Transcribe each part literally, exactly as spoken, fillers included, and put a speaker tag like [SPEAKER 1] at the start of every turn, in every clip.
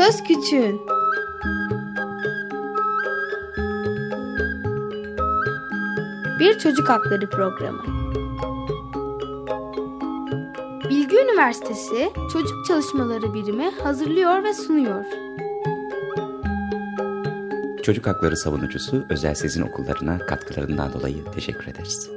[SPEAKER 1] Söz Küçüğün. Bir çocuk hakları programı. Bilgi Üniversitesi Çocuk Çalışmaları Birimi hazırlıyor ve sunuyor.
[SPEAKER 2] Çocuk hakları savunucusu Özel Sezin Okullarına katkılarından dolayı teşekkür ederiz.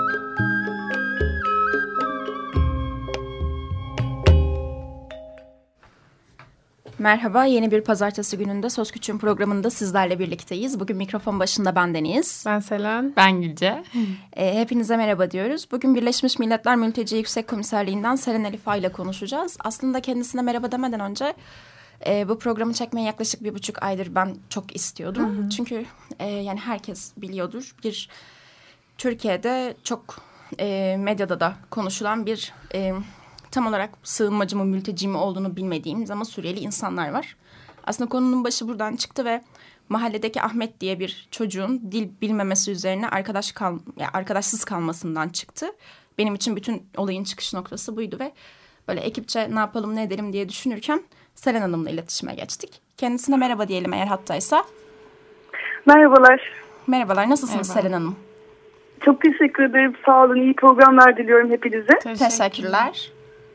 [SPEAKER 3] Merhaba, yeni bir pazartesi gününde Söz Küçüğün programında sizlerle birlikteyiz. Bugün mikrofon başında ben Deniz.
[SPEAKER 4] Ben Selen. Ben Gülce.
[SPEAKER 3] E, hepinize merhaba diyoruz. Bugün Birleşmiş Milletler Mülteci Yüksek Komiserliğinden Selen Elifa ile konuşacağız. Aslında kendisine merhaba demeden önce e, bu programı çekmeye yaklaşık bir buçuk aydır ben çok istiyordum. Hı hı. Çünkü e, yani herkes biliyordur, bir Türkiye'de çok e, medyada da konuşulan bir... E, tam olarak sığınmacı mı, mülteci mi olduğunu bilmediğimiz ama Suriyeli insanlar var. Aslında konunun başı buradan çıktı ve mahalledeki Ahmet diye bir çocuğun dil bilmemesi üzerine arkadaş kal, yani arkadaşsız kalmasından çıktı. Benim için bütün olayın çıkış noktası buydu ve böyle ekipçe ne yapalım ne edelim diye düşünürken Selen Hanım'la iletişime geçtik. Kendisine merhaba diyelim eğer hattaysa.
[SPEAKER 5] Merhabalar.
[SPEAKER 3] Merhabalar, nasılsınız Merhaba. Selen Hanım?
[SPEAKER 5] Çok teşekkür ederim, sağ olun, iyi programlar diliyorum hepinize.
[SPEAKER 3] Teşekkürler. Teşekkürler.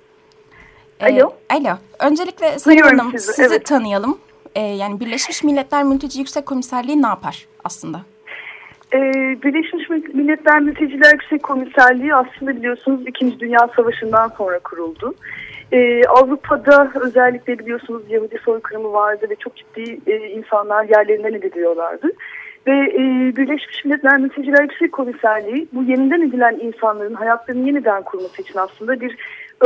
[SPEAKER 5] Alo.
[SPEAKER 3] Ee, alo. Öncelikle Sayın Hanım
[SPEAKER 5] sizi,
[SPEAKER 3] sizi
[SPEAKER 5] evet.
[SPEAKER 3] tanıyalım. Ee, yani Birleşmiş Milletler Mülteci Yüksek Komiserliği ne yapar aslında?
[SPEAKER 5] Ee, Birleşmiş Milletler Mülteciler Yüksek Komiserliği aslında biliyorsunuz İkinci Dünya Savaşı'ndan sonra kuruldu. Ee, Avrupa'da özellikle biliyorsunuz Yahudi soykırımı vardı ve çok ciddi e, insanlar yerlerinden ediliyorlardı. Ve e, Birleşmiş Milletler Mülteciler Yüksek Komiserliği bu yeniden edilen insanların hayatlarını yeniden kurması için aslında bir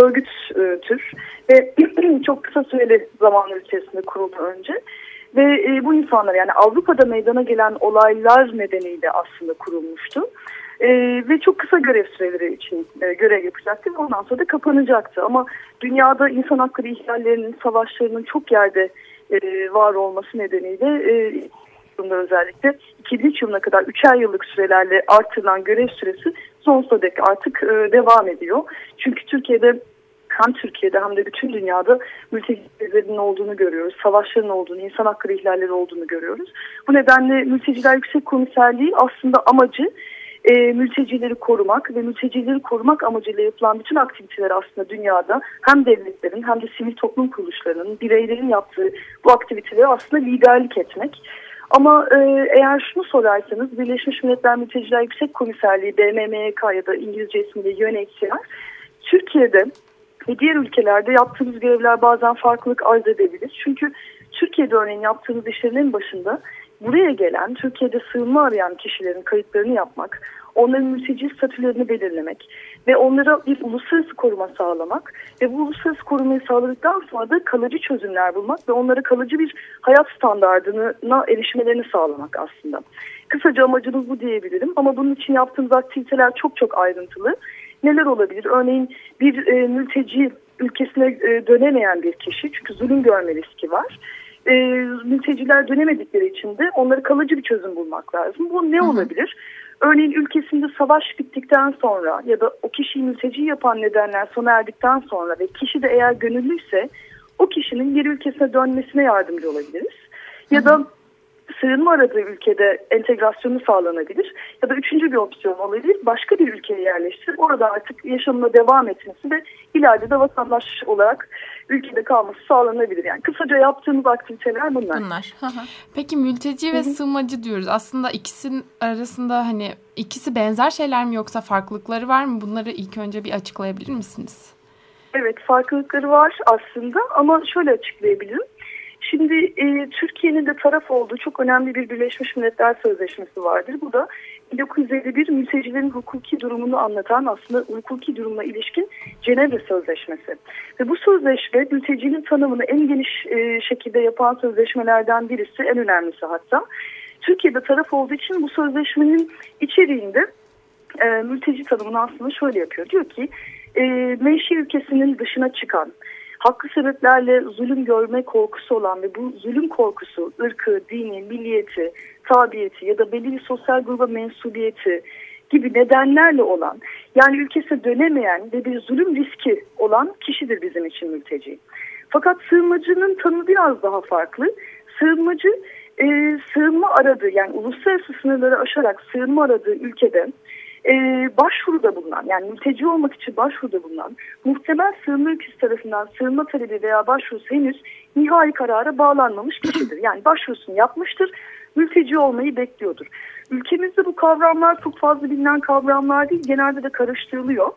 [SPEAKER 5] örgüttür ve çok kısa süreli zamanlar içerisinde kuruldu önce ve e, bu insanlar yani Avrupa'da meydana gelen olaylar nedeniyle aslında kurulmuştu e, ve çok kısa görev süreleri için e, görev yapacaktı ve ondan sonra da kapanacaktı ama dünyada insan hakları ihlallerinin, savaşlarının çok yerde e, var olması nedeniyle e, özellikle iki bin üç yılına kadar üçer yıllık sürelerle artırılan görev süresi sonsuza dek artık e, devam ediyor. Çünkü Türkiye'de hem Türkiye'de hem de bütün dünyada mültecilerin olduğunu görüyoruz. Savaşların olduğunu, insan hakları ihlalleri olduğunu görüyoruz. Bu nedenle Mülteciler Yüksek Komiserliği aslında amacı e, mültecileri korumak ve mültecileri korumak amacıyla yapılan bütün aktiviteler aslında dünyada hem devletlerin hem de sivil toplum kuruluşlarının, bireylerin yaptığı bu aktiviteleri aslında liderlik etmek. Ama e, eğer şunu sorarsanız Birleşmiş Milletler Mülteciler Yüksek Komiserliği B M M Y K ya da İngilizce ismiyle U N H C R Türkiye'de ve diğer ülkelerde yaptığımız görevler bazen farklılık arz edebilir. Çünkü Türkiye'de örneğin yaptığımız işlerin en başında buraya gelen, Türkiye'de sığınma arayan kişilerin kayıtlarını yapmak, onların mülteci statülerini belirlemek ve onlara bir uluslararası koruma sağlamak ve bu uluslararası korumayı sağladıktan sonra da kalıcı çözümler bulmak ve onlara kalıcı bir hayat standardına erişmelerini sağlamak aslında. Kısaca amacımız bu diyebilirim ama bunun için yaptığımız aktiviteler çok çok ayrıntılı. Neler olabilir? Örneğin bir e, mülteci ülkesine e, dönemeyen bir kişi, çünkü zulüm görme riski var. E, mülteciler dönemedikleri için de onlara kalıcı bir çözüm bulmak lazım. Bu ne Hı-hı. olabilir? Örneğin ülkesinde savaş bittikten sonra ya da o kişiyi mülteci yapan nedenler sona erdikten sonra ve kişi de eğer gönüllüyse o kişinin geri ülkesine dönmesine yardımcı olabiliriz. Ya Hı-hı. da sığınma aradığı ülkede entegrasyonu sağlanabilir ya da üçüncü bir opsiyon olabilir. Başka bir ülkeye yerleştirip orada artık yaşamına devam etmesi ve ileride de vatandaş olarak ülkede kalması sağlanabilir. Yani kısaca yaptığımız aktiviteler bunlar.
[SPEAKER 3] Bunlar.
[SPEAKER 4] Peki mülteci ve sığınmacı diyoruz. Aslında ikisinin arasında hani ikisi benzer şeyler mi yoksa farklılıkları var mı? Bunları ilk önce bir açıklayabilir misiniz?
[SPEAKER 5] Evet, farklılıkları var aslında ama şöyle açıklayabilirim. Şimdi e, Türkiye'nin de taraf olduğu çok önemli bir Birleşmiş Milletler Sözleşmesi vardır. Bu da bin dokuz yüz elli bir mültecilerin hukuki durumunu anlatan aslında hukuki durumuna ilişkin Cenevre Sözleşmesi. Ve bu sözleşme mültecinin tanımını en geniş e, şekilde yapan sözleşmelerden birisi, en önemlisi hatta. Türkiye'de taraf olduğu için bu sözleşmenin içeriğinde e, mülteci tanımını aslında şöyle yapıyor. Diyor ki e, menşe ülkesinin dışına çıkan, haklı sebeplerle zulüm görme korkusu olan ve bu zulüm korkusu ırkı, dini, milliyeti, tabiyeti ya da belli bir sosyal gruba mensubiyeti gibi nedenlerle olan, yani ülkesine dönemeyen ve bir zulüm riski olan kişidir bizim için mülteci. Fakat sığınmacının tanımı biraz daha farklı. Sığınmacı e, sığınma aradığı, yani uluslararası sınırları aşarak sığınma aradığı ülkede e, başvuruda bulunan, yani mülteci olmak için başvuruda bulunan, muhtemel sığınma ülkesi tarafından sığınma talebi veya başvurusu henüz nihai karara bağlanmamış kişidir. Yani başvurusunu yapmıştır, mülteci olmayı bekliyordur. Ülkemizde bu kavramlar çok fazla bilinen kavramlar değil, genelde de karıştırılıyor.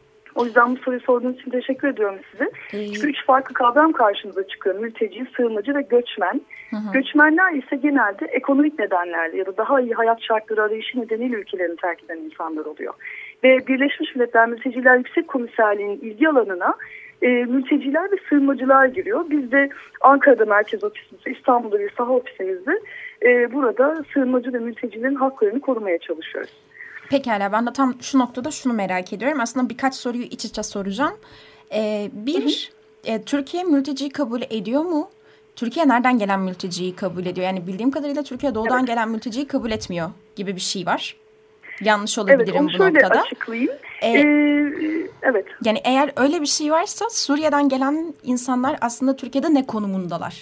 [SPEAKER 5] O yüzden bu soruyu sorduğunuz için teşekkür ediyorum size. Ee, Çünkü üç farklı kavram karşımıza çıkıyor. Mülteci, sığınmacı ve göçmen. Hı hı. Göçmenler ise genelde ekonomik nedenlerle ya da daha iyi hayat şartları arayışı nedeniyle ülkelerini terk eden insanlar oluyor. Ve Birleşmiş Milletler Mülteciler Yüksek Komiserliği'nin ilgi alanına e, mülteciler ve sığınmacılar giriyor. Biz de Ankara'da merkez ofisimizde, İstanbul'da bir saha ofisimizde e, burada sığınmacı ve mültecilerin haklarını korumaya çalışıyoruz.
[SPEAKER 3] Pekala, ben de tam şu noktada şunu merak ediyorum. Aslında birkaç soruyu iç içe soracağım. Ee, bir, hı hı. E, Türkiye mülteciyi kabul ediyor mu? Türkiye nereden gelen mülteciyi kabul ediyor? Yani bildiğim kadarıyla Türkiye doğudan evet. gelen mülteciyi kabul etmiyor gibi bir şey var. Yanlış olabilirim
[SPEAKER 5] evet,
[SPEAKER 3] bu noktada. Evet, onu
[SPEAKER 5] şöyle açıklayayım.
[SPEAKER 3] Ee,
[SPEAKER 5] ee, evet.
[SPEAKER 3] Yani eğer öyle bir şey varsa Suriye'den gelen insanlar aslında Türkiye'de ne konumundalar?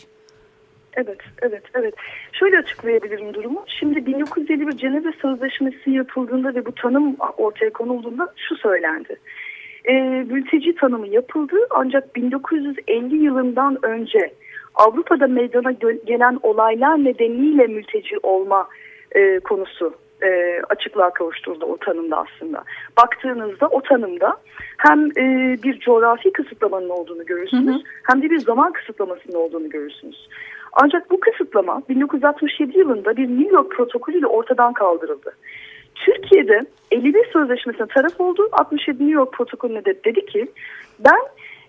[SPEAKER 5] Evet, evet, evet. Şöyle açıklayabilirim durumu. Şimdi bin dokuz yüz elli bir Cenevre Sözleşmesi yapıldığında ve bu tanım ortaya konulduğunda şu söylendi. E, mülteci tanımı yapıldı ancak bin dokuz yüz elli yılından önce Avrupa'da meydana gelen olaylar nedeniyle mülteci olma e, konusu e, açıklığa kavuşturuldu o tanımda aslında. Baktığınızda o tanımda hem e, bir coğrafi kısıtlamanın olduğunu görürsünüz, hı hı. hem de bir zaman kısıtlamasının olduğunu görürsünüz. Ancak bu kısıtlama bin dokuz yüz altmış yedi yılında bir New York protokolüyle ortadan kaldırıldı. Türkiye'de elli bir Sözleşmesi'ne taraf oldu. altmış yedi New York protokolüne de dedi ki ben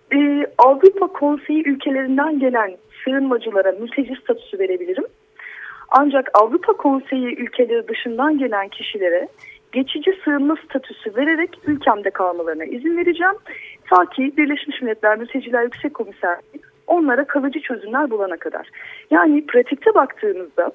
[SPEAKER 5] e, Avrupa Konseyi ülkelerinden gelen sığınmacılara mülteci statüsü verebilirim. Ancak Avrupa Konseyi ülkeleri dışından gelen kişilere geçici sığınma statüsü vererek ülkemde kalmalarına izin vereceğim. Ta ki Birleşmiş Milletler Mülteciler Yüksek Komiserliği onlara kalıcı çözümler bulana kadar. Yani pratikte baktığınızda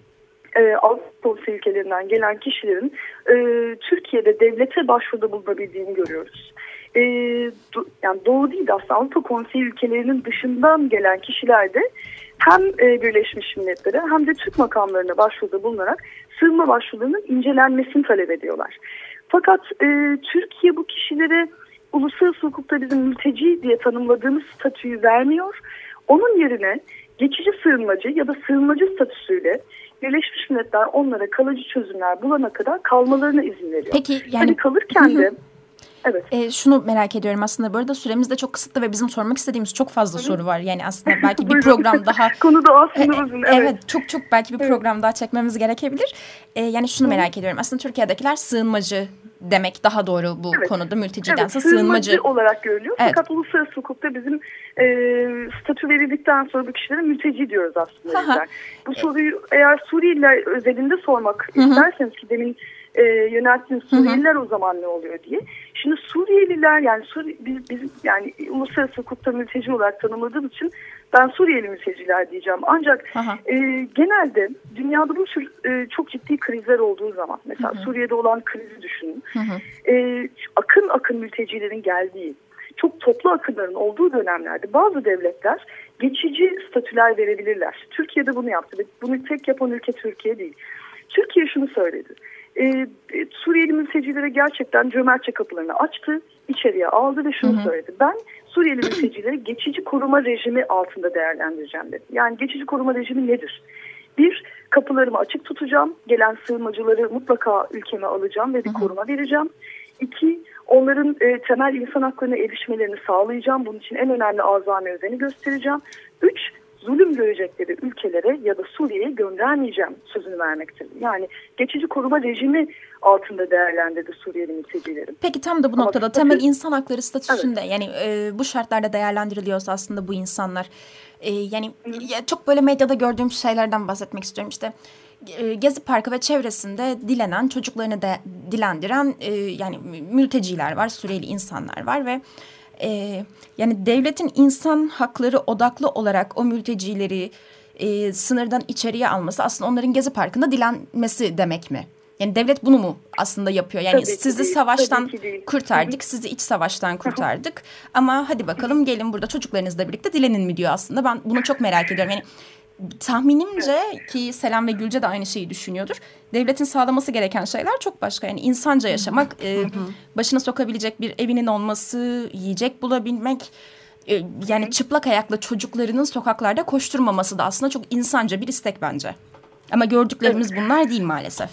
[SPEAKER 5] e, Avrupa Konseyi ülkelerinden gelen kişilerin e, Türkiye'de devlete başvuruda bulunabildiğini görüyoruz. E, do, yani doğu değil de aslında Avrupa Konseyi ülkelerinin dışından gelen kişiler de hem e, Birleşmiş Milletler'e hem de Türk makamlarına başvuruda bulunarak sığınma başvurularının incelenmesini talep ediyorlar. Fakat e, Türkiye bu kişilere uluslararası hukukta bizim mülteci diye tanımladığımız statüyü vermiyor. Onun yerine geçici sığınmacı ya da sığınmacı statüsüyle Birleşmiş Milletler onlara kalıcı çözümler bulana kadar kalmalarına izin veriyor.
[SPEAKER 3] Peki yani...
[SPEAKER 5] Hani kalırken de... Evet.
[SPEAKER 3] E, şunu merak ediyorum aslında, bu arada süremiz de çok kısıtlı ve bizim sormak istediğimiz çok fazla
[SPEAKER 5] Hı-hı.
[SPEAKER 3] soru var. Yani aslında belki bir program daha...
[SPEAKER 5] Konu da aslında uzun.
[SPEAKER 3] Evet. evet çok çok belki bir evet. program daha çekmemiz gerekebilir. E, yani şunu Hı-hı. merak ediyorum. Aslında Türkiye'dekiler sığınmacı demek daha doğru bu evet. konuda, mültecidense evet, sığınmacı.
[SPEAKER 5] Sığınmacı olarak görülüyor. Evet. Fakat uluslararası hukukta bizim e, statü verildikten sonra bu kişilere mülteci diyoruz aslında. Bu soruyu eğer Suriyeliler özelinde sormak Hı-hı. isterseniz ki demin e, yönelttiğiniz Suriyeliler Hı-hı. o zaman ne oluyor diye. Şimdi Suriyeliler yani Suri, biz, biz yani uluslararası hukukta mülteci olarak tanımladığım için ben Suriyeli mülteciler diyeceğim. Ancak e, genelde dünyada bu tür e, çok ciddi krizler olduğu zaman mesela hı hı. Suriye'de olan krizi düşünün. Hı hı. E, akın akın mültecilerin geldiği, çok toplu akınların olduğu dönemlerde bazı devletler geçici statüler verebilirler. Türkiye'de bunu yaptı ve bunu tek yapan ülke Türkiye değil. Türkiye şunu söyledi. Ee, Suriyeli mültecilere gerçekten cömertçe kapılarını açtı, içeriye aldı ve şunu hı hı. söyledi. Ben Suriyeli mültecileri geçici koruma rejimi altında değerlendireceğim dedi. Yani geçici koruma rejimi nedir? Bir, kapılarımı açık tutacağım, gelen sığınmacıları mutlaka ülkeme alacağım ve bir hı hı. koruma vereceğim. İki, onların e, temel insan haklarına erişmelerini sağlayacağım. Bunun için en önemli azami özeni göstereceğim. Üç, zulüm görecekleri ülkelere ya da Suriye'ye göndermeyeceğim sözünü vermektir. Yani geçici koruma rejimi altında değerlendirdi Suriyeli mültecileri.
[SPEAKER 3] Peki tam da bu Ama noktada statü, temel insan hakları statüsünde evet. yani e, bu şartlarda değerlendiriliyorsa aslında bu insanlar e, yani ya, çok böyle medyada gördüğüm şeylerden bahsetmek istiyorum. İşte e, Gezi Parkı ve çevresinde dilenen, çocuklarını da dilendiren e, yani mülteciler var, Suriyeli insanlar var ve Ee, yani devletin insan hakları odaklı olarak o mültecileri e, sınırdan içeriye alması aslında onların Gezi Parkı'nda dilenmesi demek mi? Yani devlet bunu mu aslında yapıyor? Yani
[SPEAKER 5] Tabii
[SPEAKER 3] sizi
[SPEAKER 5] değil,
[SPEAKER 3] savaştan
[SPEAKER 5] değil.
[SPEAKER 3] kurtardık, sizi iç savaştan kurtardık. Ama hadi bakalım gelin burada çocuklarınızla birlikte dilenin mi diyor aslında. Ben bunu çok merak ediyorum. Yani tahminimce ki Selen ve Gülce de aynı şeyi düşünüyordur. Devletin sağlaması gereken şeyler çok başka. Yani insanca yaşamak, e, başına sokabilecek bir evinin olması, yiyecek bulabilmek. E, yani çıplak ayakla çocuklarının sokaklarda koşturmaması da aslında çok insanca bir istek bence. Ama gördüklerimiz evet. bunlar değil maalesef.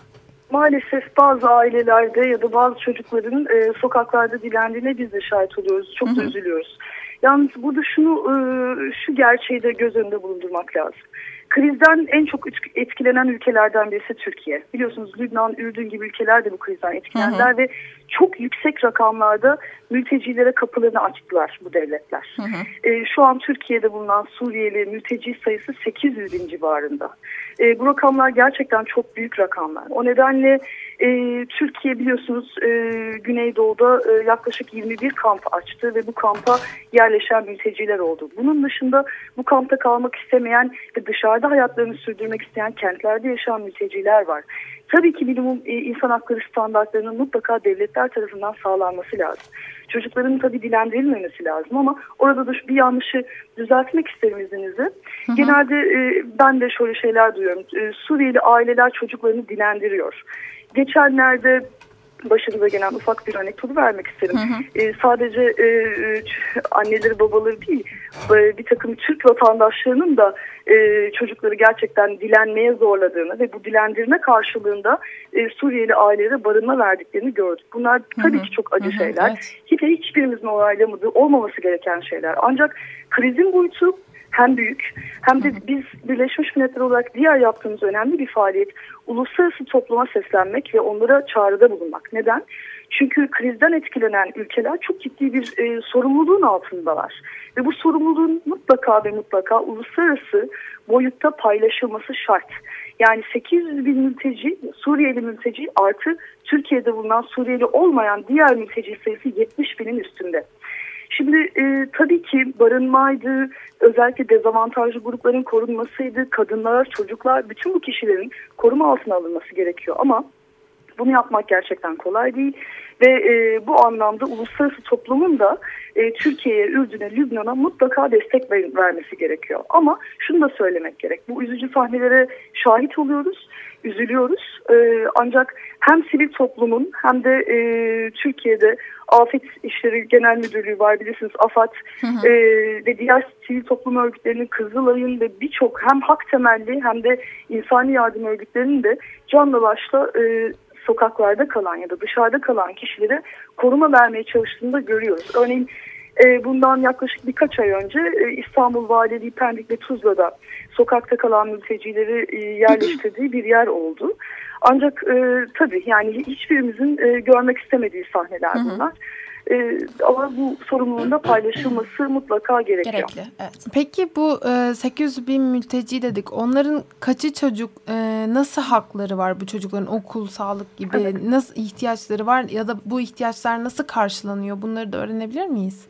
[SPEAKER 5] Maalesef bazı ailelerde ya da bazı çocukların e, sokaklarda dilendiğine biz de şahit oluyoruz. Çok da üzülüyoruz. Yalnız burada şunu, e, şu gerçeği de göz önünde bulundurmak lazım. Krizden en çok etkilenen ülkelerden birisi Türkiye. Biliyorsunuz Lübnan, Ürdün gibi ülkeler de bu krizden etkilendiler hı hı. ve çok yüksek rakamlarda mültecilere kapılarını açtılar bu devletler. Hı hı. E, şu an Türkiye'de bulunan Suriyeli mülteci sayısı sekiz yüz bin civarında. E, bu rakamlar gerçekten çok büyük rakamlar. O nedenle e, Türkiye biliyorsunuz e, Güneydoğu'da e, yaklaşık yirmi bir kamp açtı ve bu kampa yerleşen mülteciler oldu. Bunun dışında bu kampta kalmak istemeyen ve dışarıda hayatlarını sürdürmek isteyen kentlerde yaşayan mülteciler var. Tabii ki minimum e, insan hakları standartlarının mutlaka devletler tarafından sağlanması lazım. Çocukların tabii dilendirilmemesi lazım ama orada da bir yanlışı düzeltmek isterim izninizle. Hı hı. Genelde e, ben de şöyle şeyler duyuyorum. E, Suriyeli aileler çocuklarını dilendiriyor. Geçenlerde başımıza gelen ufak bir anekdotu vermek isterim. Hı hı. E, sadece e, anneleri babaları değil e, bir takım Türk vatandaşlarının da e, çocukları gerçekten dilenmeye zorladığını ve bu dilendirme karşılığında e, Suriyeli ailelere barınma verdiklerini gördük. Bunlar tabii hı hı. ki çok acı hı hı. şeyler. Evet. Hiç hiçbirimizin onaylamadığı, olmaması gereken şeyler. Ancak krizin boyutu hem büyük hem de biz Birleşmiş Milletler olarak diğer yaptığımız önemli bir faaliyet uluslararası topluma seslenmek ve onlara çağrıda bulunmak. Neden? Çünkü krizden etkilenen ülkeler çok ciddi bir e, sorumluluğun altındalar. Ve bu sorumluluğun mutlaka ve mutlaka uluslararası boyutta paylaşılması şart. Yani sekiz yüz bin mülteci, Suriyeli mülteci artı Türkiye'de bulunan Suriyeli olmayan diğer mülteci sayısı yetmiş binin üstünde. Şimdi e, tabii ki barınmaydı, özellikle dezavantajlı grupların korunmasıydı, kadınlar, çocuklar, bütün bu kişilerin koruma altına alınması gerekiyor. Ama bunu yapmak gerçekten kolay değil ve e, bu anlamda uluslararası toplumun da e, Türkiye'ye, Ürdün'e, Lübnan'a mutlaka destek ver, vermesi gerekiyor. Ama şunu da söylemek gerek, bu üzücü sahnelere şahit oluyoruz, üzülüyoruz. E, ancak hem sivil toplumun hem de e, Türkiye'de Afet İşleri Genel Müdürlüğü var bilirsiniz, AFAD hı hı. E, ve diğer sivil toplum örgütlerinin, Kızılay'ın ve birçok hem hak temelli hem de insani yardım örgütlerinin de canla başla e, sokaklarda kalan ya da dışarıda kalan kişilere koruma vermeye çalıştığını da görüyoruz. Örneğin e, bundan yaklaşık birkaç ay önce e, İstanbul Valiliği Pendik ve Tuzla'da sokakta kalan mültecileri e, yerleştirdiği bir yer oldu. Ancak e, tabii yani hiçbirimizin e, görmek istemediği sahneler bunlar. E, ama bu sorumluluğun da paylaşılması mutlaka gerekiyor.
[SPEAKER 3] Gerekli, evet.
[SPEAKER 4] Peki bu e, sekiz yüz bin mülteci dedik. Onların kaçı çocuk, e, nasıl hakları var bu çocukların, okul, sağlık gibi evet. nasıl ihtiyaçları var ya da bu ihtiyaçlar nasıl karşılanıyor? Bunları da öğrenebilir miyiz?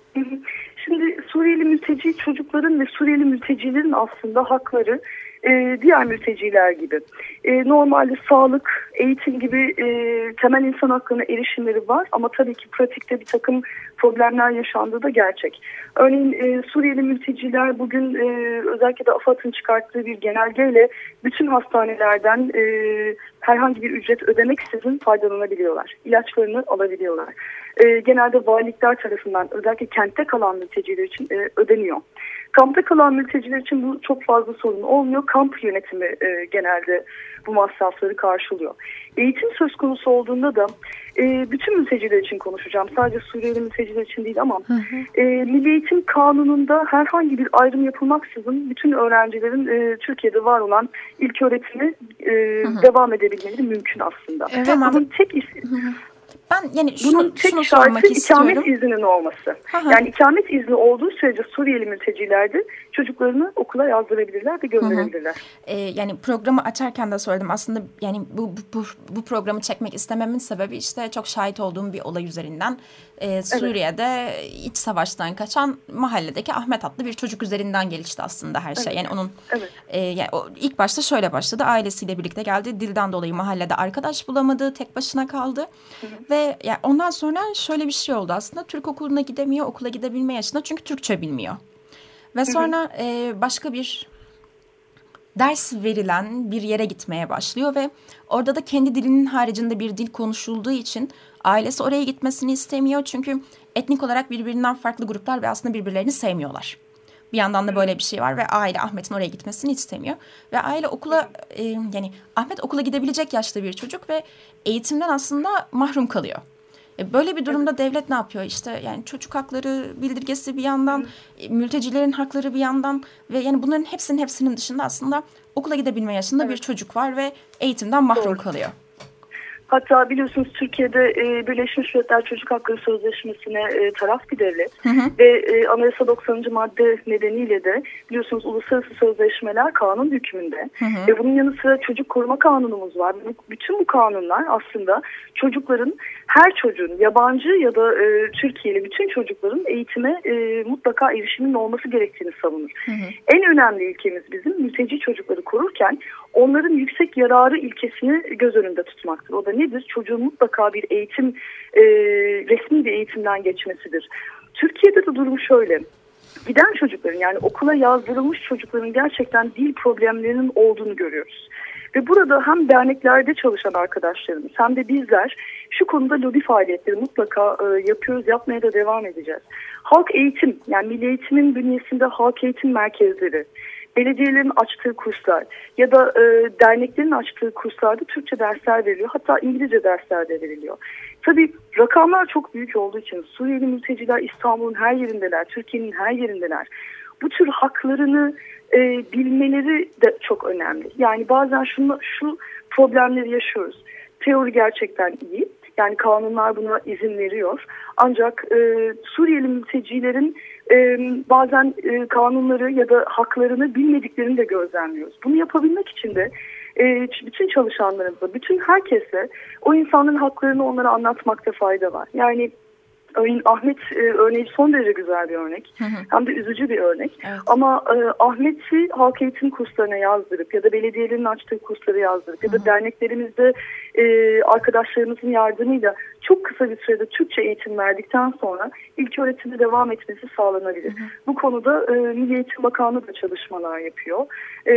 [SPEAKER 5] Şimdi Suriyeli mülteci çocukların ve Suriyeli mültecilerin aslında hakları e, diğer mülteciler gibi. E, normalde sağlık, eğitim gibi e, temel insan haklarına erişimleri var ama tabii ki pratikte bir takım problemler yaşandığı da gerçek. Örneğin e, Suriyeli mülteciler bugün e, özellikle de AFAD'ın çıkarttığı bir genelgeyle bütün hastanelerden e, herhangi bir ücret ödemeksizin faydalanabiliyorlar. İlaçlarını alabiliyorlar. E, genelde valilikler tarafından özellikle kentte kalan mülteciler için e, ödeniyor. Kampta kalan mülteciler için bu çok fazla sorun olmuyor. Kamp yönetimi e, genelde bu masrafları karşılıyor. Eğitim söz konusu olduğunda da e, bütün mülteciler için konuşacağım. Sadece Suriyeli mülteciler için değil ama hı hı. E, Milli Eğitim Kanunu'nda herhangi bir ayrım yapılmaksızın bütün öğrencilerin e, Türkiye'de var olan ilköğretimi e, hı hı. devam edebilmeleri mümkün aslında.
[SPEAKER 3] Evet,
[SPEAKER 5] Bunun tek is-
[SPEAKER 3] Ben yani
[SPEAKER 5] Bunun
[SPEAKER 3] şunu,
[SPEAKER 5] tek
[SPEAKER 3] şunu
[SPEAKER 5] şartı
[SPEAKER 3] sormak istiyorum.
[SPEAKER 5] ikamet izninin olması.
[SPEAKER 3] Aha.
[SPEAKER 5] Yani ikamet izni olduğu sürece Suriyeli mülteciler de çocuklarını okula yazdırabilirler ve gönderebilirler.
[SPEAKER 3] Ee, yani programı açarken de söyledim aslında, yani bu, bu, bu programı çekmek istememin sebebi işte çok şahit olduğum bir olay üzerinden. Ee, Suriye'de evet. iç savaştan kaçan mahalledeki Ahmet adlı bir çocuk üzerinden gelişti aslında her şey. Evet. Yani onun
[SPEAKER 5] evet.
[SPEAKER 3] e, yani o ilk başta şöyle başladı. Ailesiyle birlikte geldi. Dilden dolayı mahallede arkadaş bulamadı. Tek başına kaldı. Hı hı. Ve yani ondan sonra şöyle bir şey oldu aslında. Türk okuluna gidemiyor. Okula gidebilme yaşında çünkü Türkçe bilmiyor. Ve sonra hı hı. E, başka bir ders verilen bir yere gitmeye başlıyor ve orada da kendi dilinin haricinde bir dil konuşulduğu için ailesi oraya gitmesini istemiyor. Çünkü etnik olarak birbirinden farklı gruplar ve aslında birbirlerini sevmiyorlar. Bir yandan da böyle bir şey var ve aile Ahmet'in oraya gitmesini istemiyor. Ve aile okula e, yani Ahmet okula gidebilecek yaşta bir çocuk ve eğitimden aslında mahrum kalıyor. Böyle bir durumda evet. devlet ne yapıyor? İşte yani çocuk hakları bildirgesi bir yandan, Hı. mültecilerin hakları bir yandan ve yani bunların hepsinin hepsinin dışında aslında okula gidebilme yaşında evet. bir çocuk var ve eğitimden mahrum Doğru. kalıyor.
[SPEAKER 5] Hatta biliyorsunuz Türkiye'de e, Birleşmiş Milletler Çocuk Hakları Sözleşmesi'ne e, taraf bir devlet hı hı. ve e, Anayasa doksanıncı madde nedeniyle de biliyorsunuz uluslararası sözleşmeler kanun hükmünde hı hı. ve bunun yanı sıra çocuk koruma kanunumuz var. Bütün bu kanunlar aslında çocukların, her çocuğun, yabancı ya da e, Türkiye'li bütün çocukların eğitime e, mutlaka erişiminin olması gerektiğini savunur. Hı hı. En önemli ilkemiz bizim mülteci çocukları korurken onların yüksek yararı ilkesini göz önünde tutmaktır. O da nedir? Çocuğun mutlaka bir eğitim, e, resmi bir eğitimden geçmesidir. Türkiye'de de durum şöyle. Giden çocukların, yani okula yazdırılmış çocukların gerçekten dil problemlerinin olduğunu görüyoruz. Ve burada hem derneklerde çalışan arkadaşlarımız hem de bizler şu konuda lobi faaliyetleri mutlaka e, yapıyoruz, yapmaya da devam edeceğiz. Halk eğitim, yani Milli Eğitim'in bünyesinde halk eğitim merkezleri, belediyelerin açtığı kurslar ya da e, derneklerin açtığı kurslarda Türkçe dersler veriliyor. Hatta İngilizce dersler de veriliyor. Tabii rakamlar çok büyük olduğu için Suriyeli mülteciler İstanbul'un her yerindeler, Türkiye'nin her yerindeler. Bu tür haklarını e, bilmeleri de çok önemli. Yani bazen şunu, şu problemleri yaşıyoruz. Teori gerçekten iyi. Yani kanunlar buna izin veriyor. Ancak e, Suriyeli mültecilerin e, bazen e, kanunları ya da haklarını bilmediklerini de gözlemliyoruz. Bunu yapabilmek için de e, bütün çalışanlarımıza, bütün herkese o insanların haklarını onlara anlatmakta fayda var. Yani örneğin Ahmet e, örneği son derece güzel bir örnek. Hı hı. Hem de üzücü bir örnek. Evet. Ama e, Ahmet'i halk eğitim kurslarına yazdırıp ya da belediyelerin açtığı kurslara yazdırıp hı hı. ya da derneklerimizde e, arkadaşlarımızın yardımıyla çok kısa bir sürede Türkçe eğitim verdikten sonra ilköğretimde devam etmesi sağlanabilir. Hı hı. Bu konuda e, Milli Eğitim Bakanlığı da çalışmalar yapıyor. E,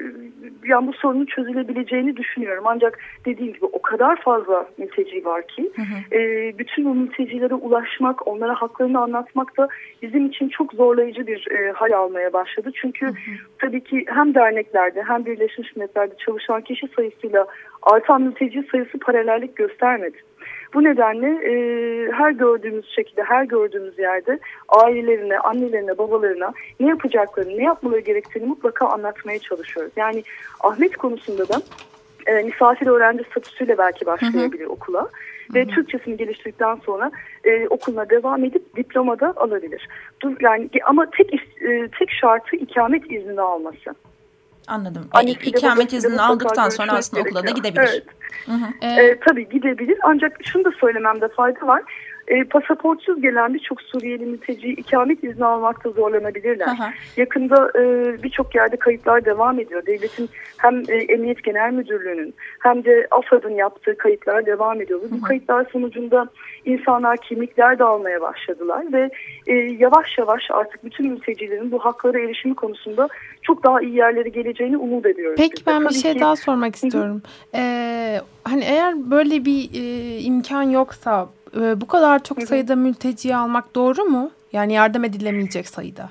[SPEAKER 5] yani bu sorunun çözülebileceğini düşünüyorum. Ancak dediğim gibi o kadar fazla mülteci var ki hı hı. E, bütün bu mültecilere ulaşmak, onlara haklarını anlatmak da bizim için çok zorlayıcı bir e, hal almaya başladı. Çünkü hı hı. tabii ki hem derneklerde hem Birleşmiş Milletler'de çalışan kişi sayısıyla artan mülteci sayısı paralellik göstermedi. Bu nedenle e, her gördüğümüz şekilde, her gördüğümüz yerde ailelerine, annelerine, babalarına ne yapacaklarını, ne yapmaları gerektiğini mutlaka anlatmaya çalışıyoruz. Yani Ahmet konusunda da e, misafir öğrenci statüsüyle belki başlayabilir hı hı. okula. Hı-hı. Ve Türkçesini geliştirdikten sonra e, okuluna devam edip diploma da alabilir. Dur, yani ama tek e, tek şartı ikamet izni alması.
[SPEAKER 3] Anladım. Yani ikamet iznini aldıktan sonra aslında gerekiyor. Okula da gidebilir. Evet. Hı hı.
[SPEAKER 5] Ee, tabii gidebilir. Ancak şunu da söylememde fayda var. E, pasaportsuz gelen birçok Suriyeli mülteci ikamet izni almakta zorlanabilirler. Hı hı. Yakında e, birçok yerde kayıtlar devam ediyor. Devletin hem e, Emniyet Genel Müdürlüğü'nün hem de AFAD'ın yaptığı kayıtlar devam ediyor. Hı hı. Bu kayıtlar sonucunda insanlar kimlikler de almaya başladılar ve e, yavaş yavaş artık bütün mültecilerin bu haklara erişimi konusunda çok daha iyi yerlere geleceğini umut ediyoruz.
[SPEAKER 4] Peki
[SPEAKER 5] biz.
[SPEAKER 4] ben
[SPEAKER 5] Tabii
[SPEAKER 4] bir şey
[SPEAKER 5] ki...
[SPEAKER 4] daha sormak istiyorum. Ee, hani eğer böyle bir e, imkan yoksa e, bu kadar çok sayıda mülteciyi almak doğru mu? Yani yardım edilemeyecek sayıda.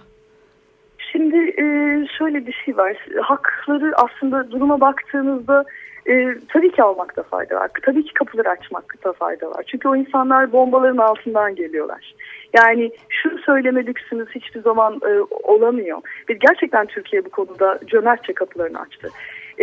[SPEAKER 5] Şimdi e, şöyle bir şey var. Hakları aslında duruma baktığınızda e, tabii ki almakta fayda var. Tabii ki kapıları açmakta fayda var. Çünkü o insanlar bombaların altından geliyorlar. Yani şunu söyleme lüksünüz hiçbir zaman e, olamıyor. Ve gerçekten Türkiye bu konuda cömertçe kapılarını açtı. e,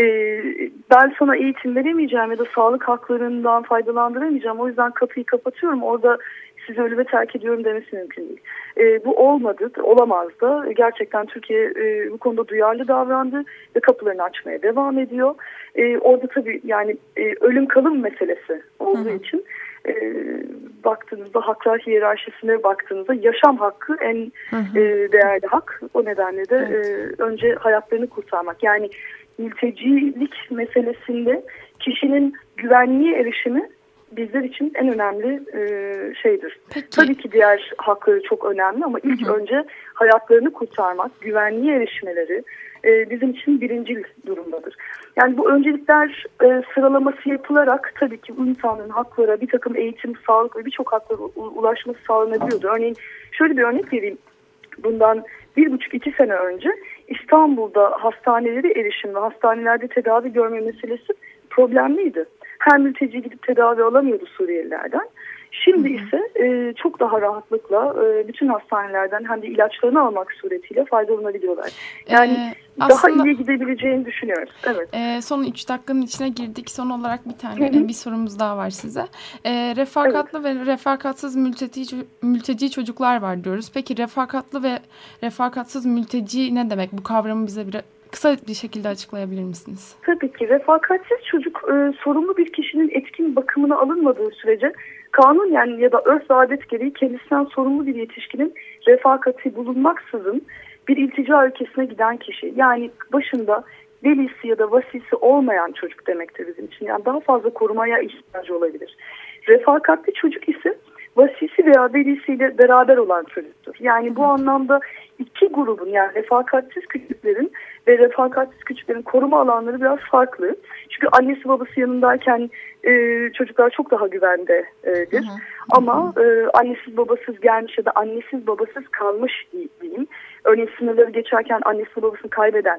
[SPEAKER 5] ben sana eğitim veremeyeceğim ya da sağlık haklarından faydalandıramayacağım. O yüzden kapıyı kapatıyorum. Orada sizi ölüme terk ediyorum demesi mümkün değil. E, bu olmadı, olamaz da. Gerçekten Türkiye e, bu konuda duyarlı davrandı ve kapılarını açmaya devam ediyor. E, orada tabii yani e, ölüm kalım meselesi olduğu hı hı. için e, baktığınızda haklar hiyerarşisine baktığınızda yaşam hakkı en hı hı. E, değerli hak. O nedenle de evet. e, önce hayatlarını kurtarmak. Yani mültecilik meselesinde kişinin güvenliğe erişimi bizler için en önemli e, şeydir. Peki. Tabii ki diğer hakları çok önemli ama ilk hı hı. önce hayatlarını kurtarmak, güvenliğe erişmeleri e, bizim için birincil durumdadır. Yani bu öncelikler e, sıralaması yapılarak tabii ki bu insanların haklara bir takım eğitim, sağlık ve birçok haklara ulaşması sağlanabiliyordu. Örneğin şöyle bir örnek vereyim. Bundan bir buçuk iki sene önce İstanbul'da hastaneleri erişim ve hastanelerde tedavi görme meselesi problemliydi. Her mülteci gidip tedavi alamıyordu Suriyelilerden. Şimdi ise e, çok daha rahatlıkla e, bütün hastanelerden hem de ilaçlarını almak suretiyle faydalanabiliyorlar. Yani ee, daha aslında, iyiye gidebileceğini düşünüyoruz. Evet.
[SPEAKER 4] E, son üç dakikanın içine girdik. Son olarak bir tane hı hı. bir sorumuz daha var size. E, refakatlı evet. ve refakatsız mülteci, mülteci çocuklar var diyoruz. Peki refakatlı ve refakatsız mülteci ne demek? Bu kavramı bize bir kısa bir şekilde açıklayabilir misiniz?
[SPEAKER 5] Tabii ki. Refakatsiz çocuk e, sorumlu bir kişinin etkin bakımına alınmadığı sürece kanun yani ya da örf ve adet gereği kendisinden sorumlu bir yetişkinin refakati bulunmaksızın bir iltica ülkesine giden kişi. Yani başında velisi ya da vasisi olmayan çocuk demektir bizim için. Yani daha fazla korumaya ihtiyacı olabilir. Refakatli çocuk ise vasisi veya velisiyle beraber olan çocuktur. Yani bu anlamda iki grubun yani refakatsiz küçüklerin ve refakatsiz küçüklerin koruma alanları biraz farklı. Çünkü annesi babası yanındayken e, çocuklar çok daha güvendedir. Hı hı. Ama e, annesiz babasız gelmiş ya da annesiz babasız kalmış diyeyim. Örneğin sınırları geçerken annesi babasını kaybeden,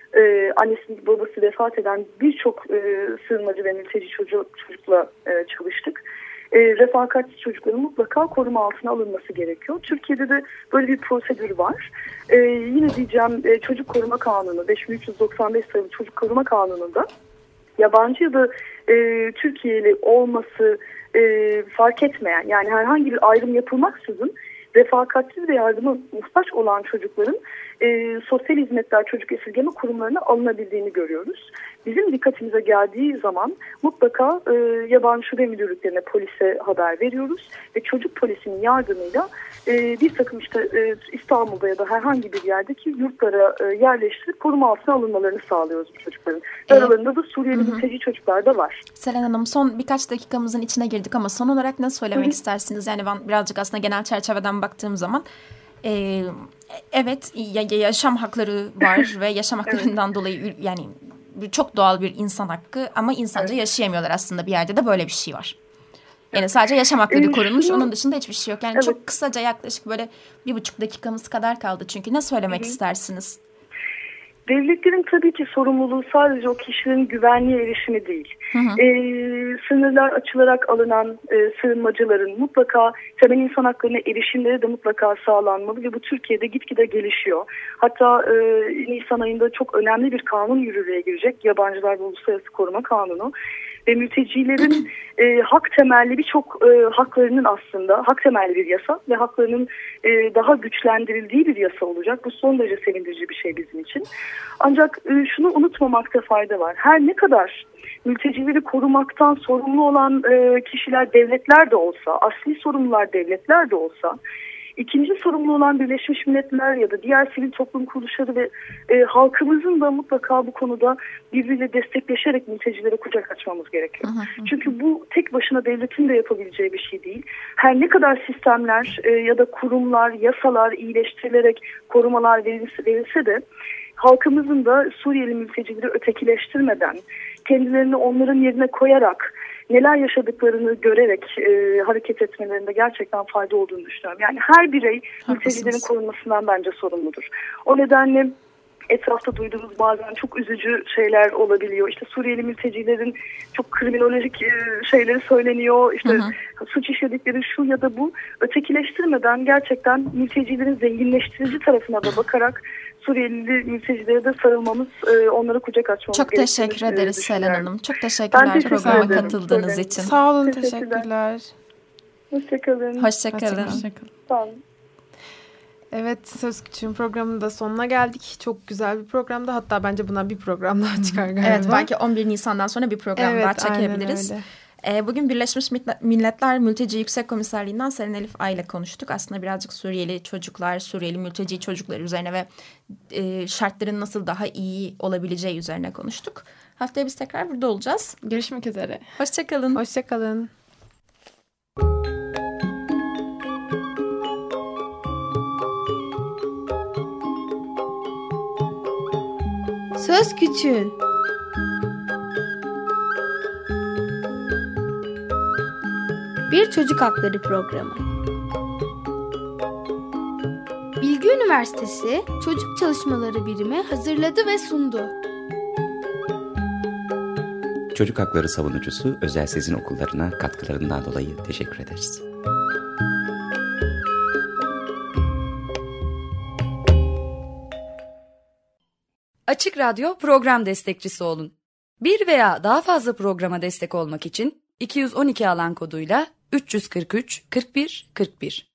[SPEAKER 5] e, annesi babası vefat eden birçok e, sığınmacı ve mülteci çocuk, çocukla e, çalıştık. E, refakatsiz çocukların mutlaka koruma altına alınması gerekiyor. Türkiye'de de böyle bir prosedür var. E, yine diyeceğim e, Çocuk Koruma Kanunu beş bin üç yüz doksan beş sayılı Çocuk Koruma Kanunu'nda yabancı ya da e, Türkiye'li olması e, fark etmeyen yani herhangi bir ayrım yapılmaksızın refakatsiz ve yardıma muhtaç olan çocukların e, sosyal hizmetler çocuk esirgeme kurumlarına alınabildiğini görüyoruz. Bizim dikkatimize geldiği zaman mutlaka e, yabancı şube müdürlüklerine, polise haber veriyoruz ve çocuk polisinin yardımıyla e, bir takım işte e, İstanbul'da ya da herhangi bir yerdeki yurtlara e, yerleştirip koruma altına alınmalarını sağlıyoruz bu çocukların. Evet. Aralarında da Suriyeli mülteci çocuklar da var.
[SPEAKER 3] Selen Hanım, son birkaç dakikamızın içine girdik ama son olarak ne söylemek Hı-hı. istersiniz? Yani ben birazcık aslında genel çerçeveden baktığım zaman e, evet ya, yaşam hakları var ve yaşam haklarından evet. dolayı yani çok doğal bir insan hakkı ama insanca evet. yaşayamıyorlar aslında, bir yerde de böyle bir şey var. Yani sadece yaşam hakları ee, korunmuş şunu, onun dışında hiçbir şey yok. Yani evet. çok kısaca yaklaşık böyle bir buçuk dakikamız kadar kaldı çünkü ne söylemek Hı-hı. istersiniz?
[SPEAKER 5] Devletlerin tabii ki sorumluluğu sadece o kişilerin güvenliğe erişimi değil. Hı hı. Ee, sınırlar açılarak alınan e, sığınmacıların mutlaka temel insan haklarına erişimleri de mutlaka sağlanmalı ve bu Türkiye'de gitgide gelişiyor. Hatta e, Nisan ayında çok önemli bir kanun yürürlüğe girecek. Yabancılar ve Uluslararası Koruma Kanunu. Ve mültecilerin e, hak temelli birçok e, haklarının aslında hak temelli bir yasa ve haklarının e, daha güçlendirildiği bir yasa olacak. Bu son derece sevindirici bir şey bizim için. Ancak e, şunu unutmamakta fayda var. Her ne kadar mültecileri korumaktan sorumlu olan e, kişiler devletler de olsa, asli sorumlular devletler de olsa, İkinci sorumlu olan Birleşmiş Milletler ya da diğer sivil toplum kuruluşları ve e, halkımızın da mutlaka bu konuda birbiriyle destekleşerek mültecilere kucak açmamız gerekiyor. Hı hı. Çünkü bu tek başına devletin de yapabileceği bir şey değil. Her ne kadar sistemler e, ya da kurumlar, yasalar iyileştirilerek korumalar verilse, verilse de halkımızın da Suriyeli mültecileri ötekileştirmeden, kendilerini onların yerine koyarak, neler yaşadıklarını görerek e, hareket etmelerinde gerçekten fayda olduğunu düşünüyorum. Yani her birey mültecilerin korunmasından bence sorumludur. O nedenle etrafta duyduğumuz bazen çok üzücü şeyler olabiliyor. İşte Suriyeli mültecilerin çok kriminolojik e, şeyleri söyleniyor. İşte hı hı. suç işledikleri şu ya da bu ötekileştirmeden gerçekten mültecilerin zenginleştirici tarafına da bakarak Suriyeli mültecilere de sarılmamız, e, onlara kucak açmamız
[SPEAKER 3] Çok teşekkür ederiz Selen Hanım. Çok teşekkürler
[SPEAKER 5] teşekkür
[SPEAKER 3] programa
[SPEAKER 5] ederim.
[SPEAKER 3] katıldığınız
[SPEAKER 5] Öyle.
[SPEAKER 3] için.
[SPEAKER 4] Sağ olun,
[SPEAKER 5] Teşekkürler.
[SPEAKER 4] teşekkürler.
[SPEAKER 5] Hoşçakalın.
[SPEAKER 3] Hoşçakalın.
[SPEAKER 4] Hoşçakalın.
[SPEAKER 5] Sağ olun.
[SPEAKER 4] Evet, Söz Küçüğün programının da sonuna geldik. Çok güzel bir programdı. Hatta bence bundan bir program daha çıkar galiba.
[SPEAKER 3] Evet, belki on bir Nisan'dan sonra bir program
[SPEAKER 4] evet,
[SPEAKER 3] daha çekebiliriz.
[SPEAKER 4] aynen öyle.
[SPEAKER 3] Bugün Birleşmiş Milletler Mülteci Yüksek Komiserliğinden Seren Elif Ay ile konuştuk. Aslında birazcık Suriyeli çocuklar, Suriyeli mülteci çocuklar üzerine ve e, şartların nasıl daha iyi olabileceği üzerine konuştuk. Haftaya biz tekrar burada olacağız.
[SPEAKER 4] Görüşmek üzere.
[SPEAKER 3] Hoşçakalın.
[SPEAKER 4] Hoşçakalın.
[SPEAKER 1] Söz Küçüğün. Bir çocuk hakları programı. Bilgi Üniversitesi Çocuk Çalışmaları Birimi hazırladı ve sundu.
[SPEAKER 2] Çocuk hakları savunucusu Özel Sezin Okullarına katkılarından dolayı teşekkür ederiz.
[SPEAKER 6] Açık Radyo program destekçisi olun. Bir veya daha fazla programa destek olmak için iki yüz on iki alan koduyla üç yüz kırk üç kırk bir kırk bir